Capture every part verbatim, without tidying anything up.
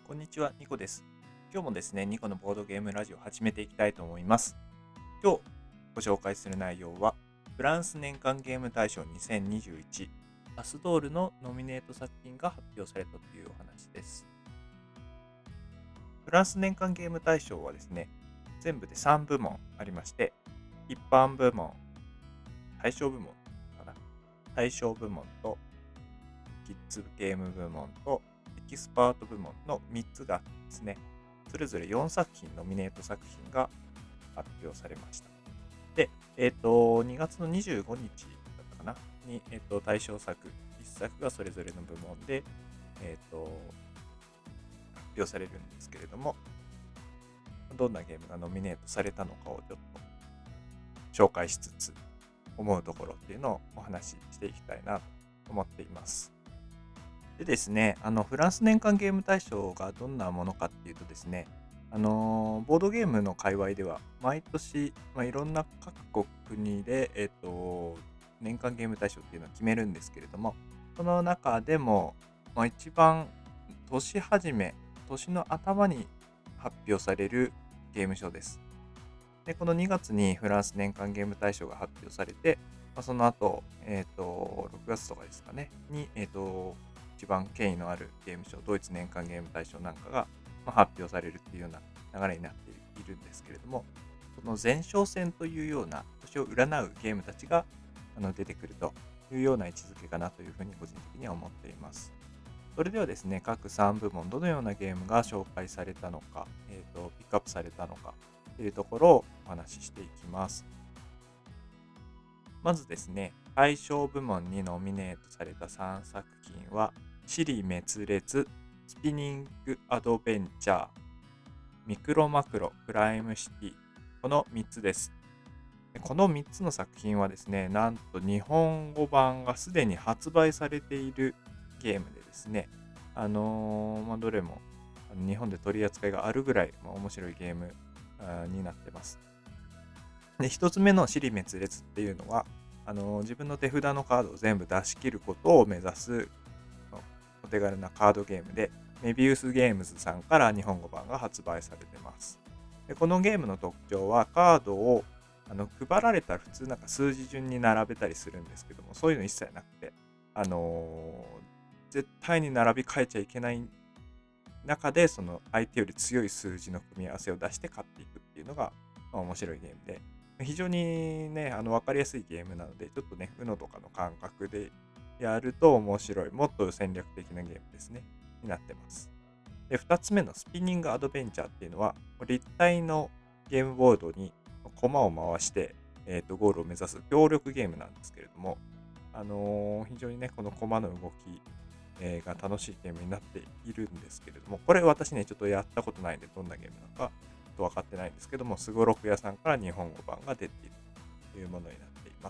こんにちは、ニコです。今日もですね、ニコのボードゲームラジオを始めていきたいと思います。今日ご紹介する内容は、フランス年間ゲーム大賞にせんにじゅういちアスドールのノミネート作品が発表されたというお話です。フランス年間ゲーム大賞はですね、全部でさん部門ありまして、一般部門、対象部門かな。対象部門とキッズゲーム部門とエキスパート部門のみっつがですね、それぞれよんさく品ノミネート作品が発表されました。で、えっ、と、にがつのにじゅうごにちだったかなに、えっ、と、対象作いっさくがそれぞれの部門で、えっ、と、発表されるんですけれども、どんなゲームがノミネートされたのかをちょっと紹介しつつ、思うところっていうのをお話ししていきたいなと思っています。でですね、あのフランス年間ゲーム大賞がどんなものかっていうとですね、あのボードゲームの界隈では毎年、まあ、いろんな各国で、えっと、年間ゲーム大賞っていうのを決めるんですけれども、その中でも、まあ、一番年始め、年の頭に発表されるゲームショーです。で、このにがつにフランス年間ゲーム大賞が発表されて、まあ、その後、えっ、と、ろくがつとかですかね、に、えっ、と、一番権威のあるゲームショー、ドイツ年間ゲーム大賞なんかが、まあ、発表されるっていうような流れになっているんですけれども、その前哨戦というような年を占うゲームたちがあの出てくるというような位置づけかなというふうに個人的には思っています。それではですね、各さん部門どのようなゲームが紹介されたのか、えーと、ピックアップされたのかというところをお話ししていきます。まずですね、対象部門にノミネートされたさんさく品は、シリ滅裂、スピニングアドベンチャー、ミクロマクロ、プライムシティ、このみっつです。このみっつの作品はですね、なんと日本語版がすでに発売されているゲームでですね、あのーまあ、どれもあの日本で取り扱いがあるぐらい、まあ、面白いゲームあーになってます。で、ひとつめの尻滅裂っていうのは、あのー自分の手札のカードを全部出し切ることを目指すお手軽なカードゲームで、メビウスゲームズさんから日本語版が発売されてます。で、このゲームの特徴はカードをあの配られたら普通なんか数字順に並べたりするんですけども、そういうの一切なくて、あのー絶対に並び替えちゃいけない中で、その相手より強い数字の組み合わせを出して勝っていくっていうのが、まあ、面白いゲームで、非常にね、あの分かりやすいゲームなので、ちょっとね、ウノとかの感覚でやると面白い、もっと戦略的なゲームですね、になってます。で、ふたつめのスピニングアドベンチャーっていうのは、立体のゲームボードに駒を回して、えー、とゴールを目指す協力ゲームなんですけれども、あのー非常にね、この駒の動き、えーが楽しいゲームになっているんですけれども、これ私ね、ちょっとやったことないんで、どんなゲームなのかちょっと分かってないんですけども、すごろく屋さんから日本語版が出ているというものになっています。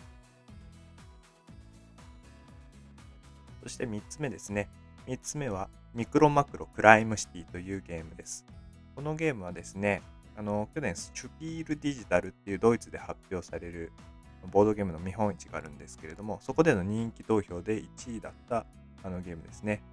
そしてみっつめですね。みっつめはミクロマクロクライムシティというゲームです。このゲームはですね、あの去年シュピールディジタルっていうドイツで発表されるボードゲームの見本市があるんですけれども、そこでの人気投票でいちいだったあのゲームですね。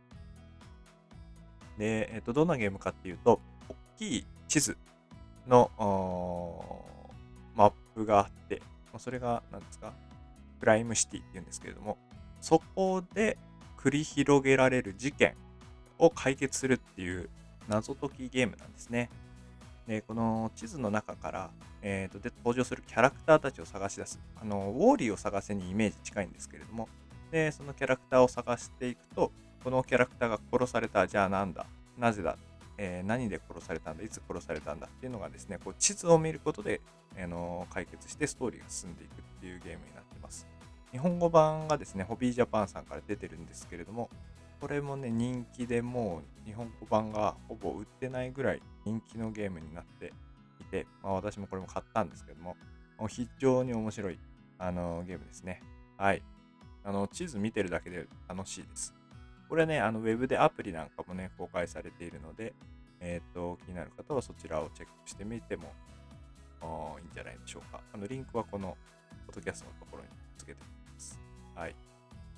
で、えっと、どんなゲームかっていうと、大きい地図のマップがあって、それが何ですか、プライムシティっていうんですけれども、そこで繰り広げられる事件を解決するっていう謎解きゲームなんですね。で、この地図の中から、えーと、で登場するキャラクターたちを探し出す。あの、ウォーリーを探せにイメージ近いんですけれども、で、そのキャラクターを探していくと、このキャラクターが殺された、じゃあなんだ、なぜだ、えー何で殺されたんだ、いつ殺されたんだっていうのがですね、こう地図を見ることで、あの解決してストーリーが進んでいくっていうゲームになってます。日本語版がですね、ホビージャパンさんから出てるんですけれども、これもね、人気でもう日本語版がほぼ売ってないぐらい人気のゲームになっていて、まあ、私もこれも買ったんですけども、もう非常に面白いあのゲームですね。はい。あの地図見てるだけで楽しいです。これはね、あのウェブでアプリなんかもね、公開されているので、えっ、と、気になる方はそちらをチェックしてみてもあいいんじゃないでしょうか。あのリンクはこのポッドキャストのところにつけておきます。はい。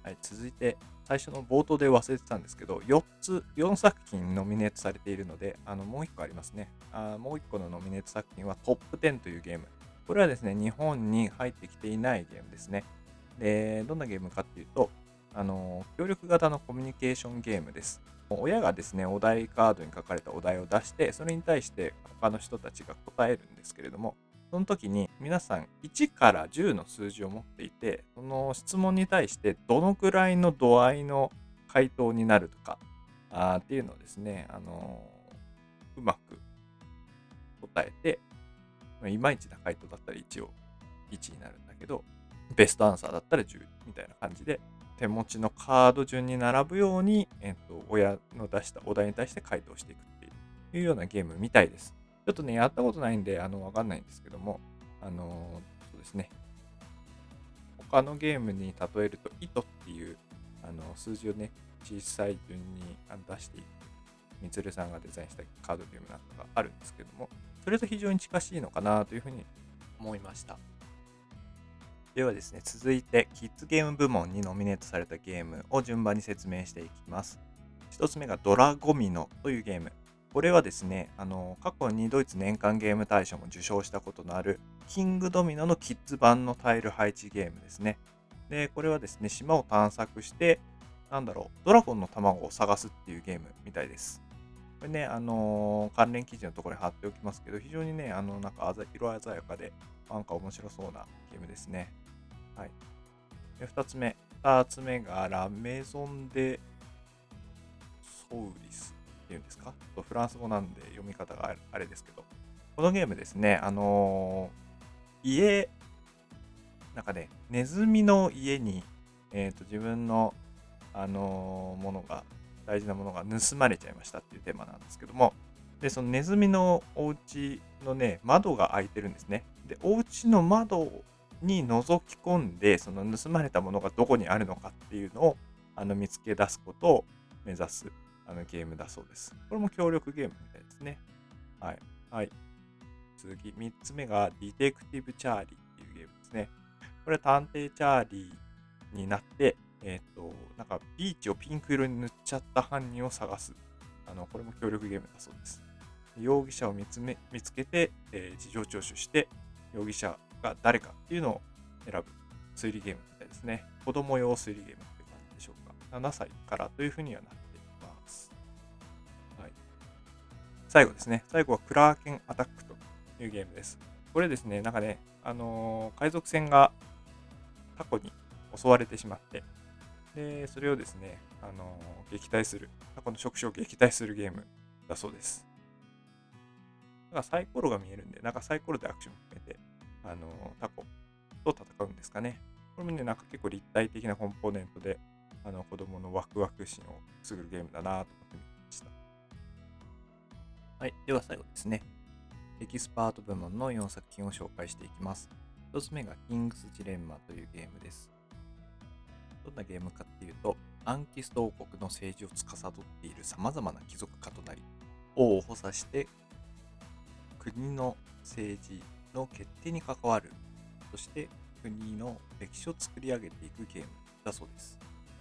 はい、続いて、最初の冒頭で忘れてたんですけど、よっつ、よんさく品ノミネートされているので、あのもういっこありますね。あもういっこのノミネート作品はトップテンというゲーム。これはですね、日本に入ってきていないゲームですね。で、どんなゲームかっていうと、あの協力型のコミュニケーションゲームです。親がですね、お題カードに書かれたお題を出して、それに対して他の人たちが答えるんですけれども、その時に皆さんいちからじゅうの数字を持っていて、その質問に対してどのくらいの度合いの回答になるとか、あーっていうのをですね、あのーうまく答えて、まあいまいちな回答だったら一応いちになるんだけど、ベストアンサーだったらじゅうみたいな感じで、手持ちのカード順に並ぶように、えっと、親の出したお題に対して回答していくっていうようなゲームみたいです。ちょっとね、やったことないんで、あの、わかんないんですけども、あのーそうですね、他のゲームに例えると、糸っていう、あの、数字をね、小さい順にあの出していく、みつるさんがデザインしたカードゲームなんかがあるんですけども、それと非常に近しいのかなというふうに思いました。ではですね、続いて、キッズゲーム部門にノミネートされたゲームを順番に説明していきます。一つ目がドラゴミノというゲーム。これはですね、あの、過去にドイツ年間ゲーム大賞も受賞したことのある、キングドミノのキッズ版のタイル配置ゲームですね。で、これはですね、島を探索して、なんだろう、ドラゴンの卵を探すっていうゲームみたいです。これね、あのー関連記事のところに貼っておきますけど、非常にね、あの、なんかあざ色鮮やかで、なんか面白そうなゲームですね。はい。で、ふたつめ。ふたつめがラメゾンでソウリスっていうんですか。ちょっとフランス語なんで読み方があれあれですけど、このゲームですね、あのー家、なんかね、ネズミの家に、えっと、自分の、あのーものが、大事なものが盗まれちゃいましたっていうテーマなんですけども、で、そのネズミのお家のね、窓が開いてるんですね。で、お家の窓に覗き込んで、その盗まれたものがどこにあるのかっていうのを、あの、見つけ出すことを目指す、あの、ゲームだそうです。これも協力ゲームみたいですね。はい。はい。次、みっつめが、ディテクティブ・チャーリーっていうゲームですね。これは探偵チャーリーになって、えっ、と、なんかビーチをピンク色に塗っちゃった犯人を探す。あの、これも協力ゲームだそうです。容疑者を見つめ見つけて、えー事情聴取して、容疑者が誰かっていうのを選ぶ推理ゲームみたいですね。子供用推理ゲームっていう感じでしょうか。ななさいからというふうにはなっています。はい。最後ですね。最後はクラーケンアタックというゲームです。これですね、なんかね、あのー海賊船がタコに襲われてしまって、で、それをですね、あのー撃退する、タコの触手を撃退するゲームだそうです。なんかサイコロが見えるんで、なんかサイコロでアクションを含めて、あのータコと戦うんですかね。これもね、なんか結構立体的なコンポーネントで、あの子供のワクワク心をくすぐるゲームだなと思って見てました。はい。では最後ですね。エキスパート部門のよんさく品を紹介していきます。ひとつめがキングスジレンマというゲームです。どんなゲームかっていうと、アンキスト王国の政治を司っている様々な貴族家となり、王を補佐して国の政治の決定に関わる、そして国の歴史を作り上げていくゲームだそうです。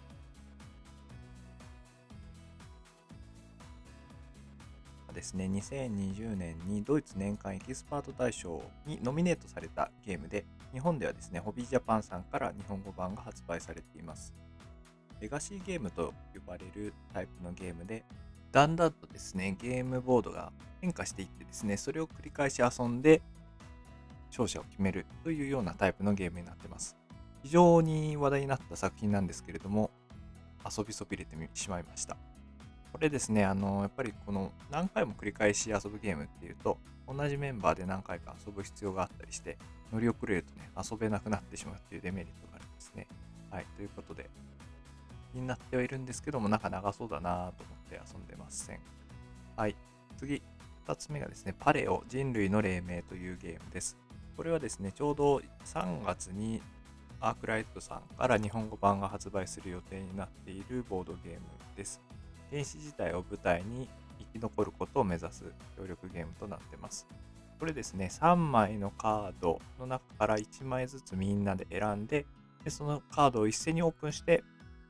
ですね、にせんにじゅうねんにドイツ年間エキスパート大賞にノミネートされたゲームで、日本ではですね、ホビージャパンさんから日本語版が発売されています。レガシーゲームと呼ばれるタイプのゲームで、だんだんとですね、ゲームボードが変化していってですね、それを繰り返し遊んで勝者を決めるというようなタイプのゲームになっています。非常に話題になった作品なんですけれども、遊びそびれてしまいました。これですね、あの、やっぱりこの何回も繰り返し遊ぶゲームっていうと、同じメンバーで何回か遊ぶ必要があったりして、乗り遅れるとね、遊べなくなってしまうっていうデメリットがあるんですね。はい、ということで、気になってはいるんですけども、なんか長そうだなと思って遊んでません。はい、次、ふたつめがですね、パレオ人類の黎明というゲームです。これはですね、ちょうどさんがつにアークライトさんから日本語版が発売する予定になっているボードゲームです。原始時代を舞台に生き残ることを目指す協力ゲームとなっています。これですね、さんまいのカードの中からいちまいずつみんなで選んで、でそのカードを一斉にオープンして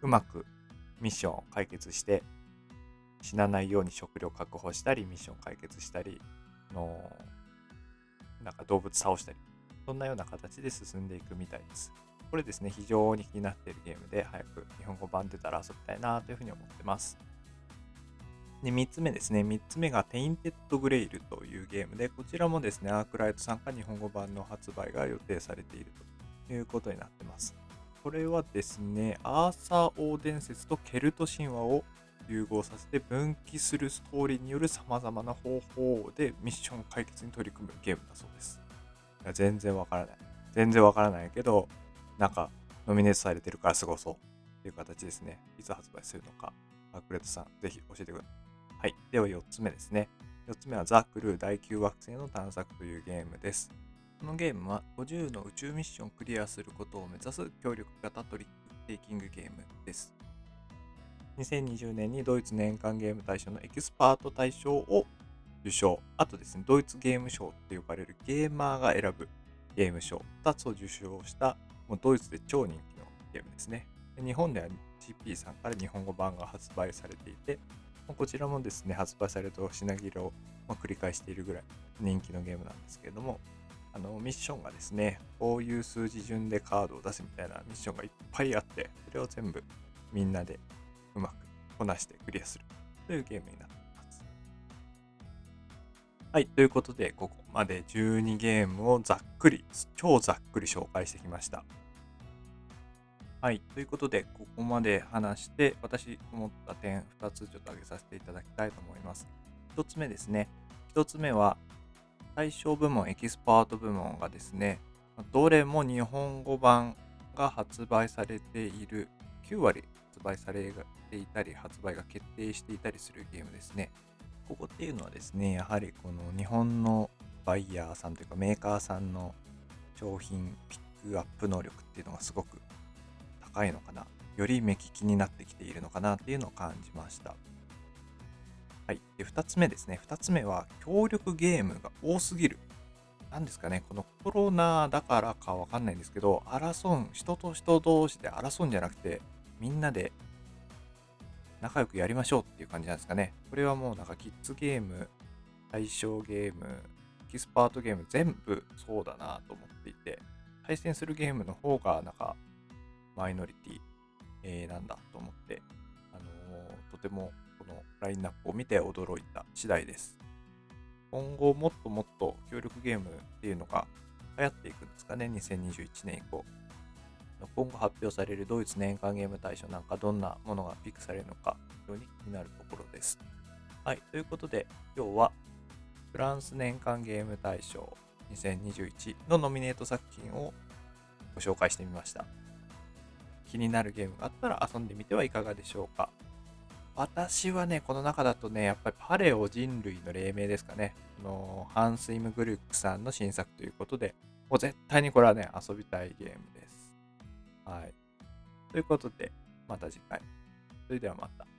うまくミッションを解決して死なないように食料確保したり、ミッション解決したりのなんか動物倒したり、そんなような形で進んでいくみたいです。これですね、非常に気になっているゲームで、早く日本語版出たら遊びたいなというふうに思ってます。で、みっつめですね。みっつめが Tainted Grail というゲームで、こちらもですね、アークライトさんから日本語版の発売が予定されているということになってます。これはですね、アーサー王伝説とケルト神話を融合させて分岐するストーリーによる様々な方法でミッション解決に取り組むゲームだそうです。いや全然わからない。全然わからないけど、なんかノミネートされてるからすごそうっていう形ですね。いつ発売するのか、アークレットさん、ぜひ教えてください。はい。ではよっつめですね。よっつめはザ・クルー第きゅう惑星の探索というゲームです。このゲームはごじゅうの宇宙ミッションをクリアすることを目指す協力型トリックテイキングゲームです。にせんにじゅうねんにドイツ年間ゲーム大賞のエキスパート大賞を受賞。あとですね、ドイツゲーム賞って呼ばれるゲーマーが選ぶゲーム賞ふたつを受賞したもうドイツで超人気のゲームですね。日本では ジーピー さんから日本語版が発売されていて、こちらもですね、発売されると品切れを繰り返しているぐらい人気のゲームなんですけれども、あのミッションがですね、こういう数字順でカードを出すみたいなミッションがいっぱいあって、それを全部みんなでうまくこなしてクリアするというゲームになっています。はい、ということで、ここまでじゅうにゲームをざっくり、超ざっくり紹介してきました。はい。ということで、ここまで話して、私思った点ふたつちょっと挙げさせていただきたいと思います。ひとつめですね。ひとつめは、対象部門、エキスパート部門がですね、どれも日本語版が発売されている、きゅうわり発売されていたり、発売が決定していたりするゲームですね。ここっていうのはですね、やはりこの日本のバイヤーさんというかメーカーさんの商品ピックアップ能力っていうのがすごく高いのかな、より目利きになってきているのかなっていうのを感じました。はい。で、ふたつめですね。ふたつめは協力ゲームが多すぎる。なんですかね、このコロナだからかわかんないんですけど、争う、人と人同士で争うんじゃなくて、みんなで仲良くやりましょうっていう感じなんですかね。これはもうなんかキッズゲーム、対象ゲーム、エキスパートゲーム全部そうだなと思っていて、対戦するゲームの方がなんかマイノリティ、えーなんだと思って、あのーとてもこのラインナップを見て驚いた次第です。今後もっともっと協力ゲームっていうのが流行っていくんですかね、にせんにじゅういちねん以降。今後発表されるドイツ年間ゲーム大賞なんかどんなものがピックされるのか非常に気になるところです。はい、ということで今日はフランス年間ゲーム大賞にせんにじゅういちのノミネート作品をご紹介してみました。気になるゲームがあったら遊んでみてはいかがでしょうか。私はね、この中だとね、やっぱりパレオ人類の黎明ですかね。あのハンス・イム・グルックさんの新作ということで、もう絶対にこれはね、遊びたいゲームです。はい。ということで、また次回。それではまた。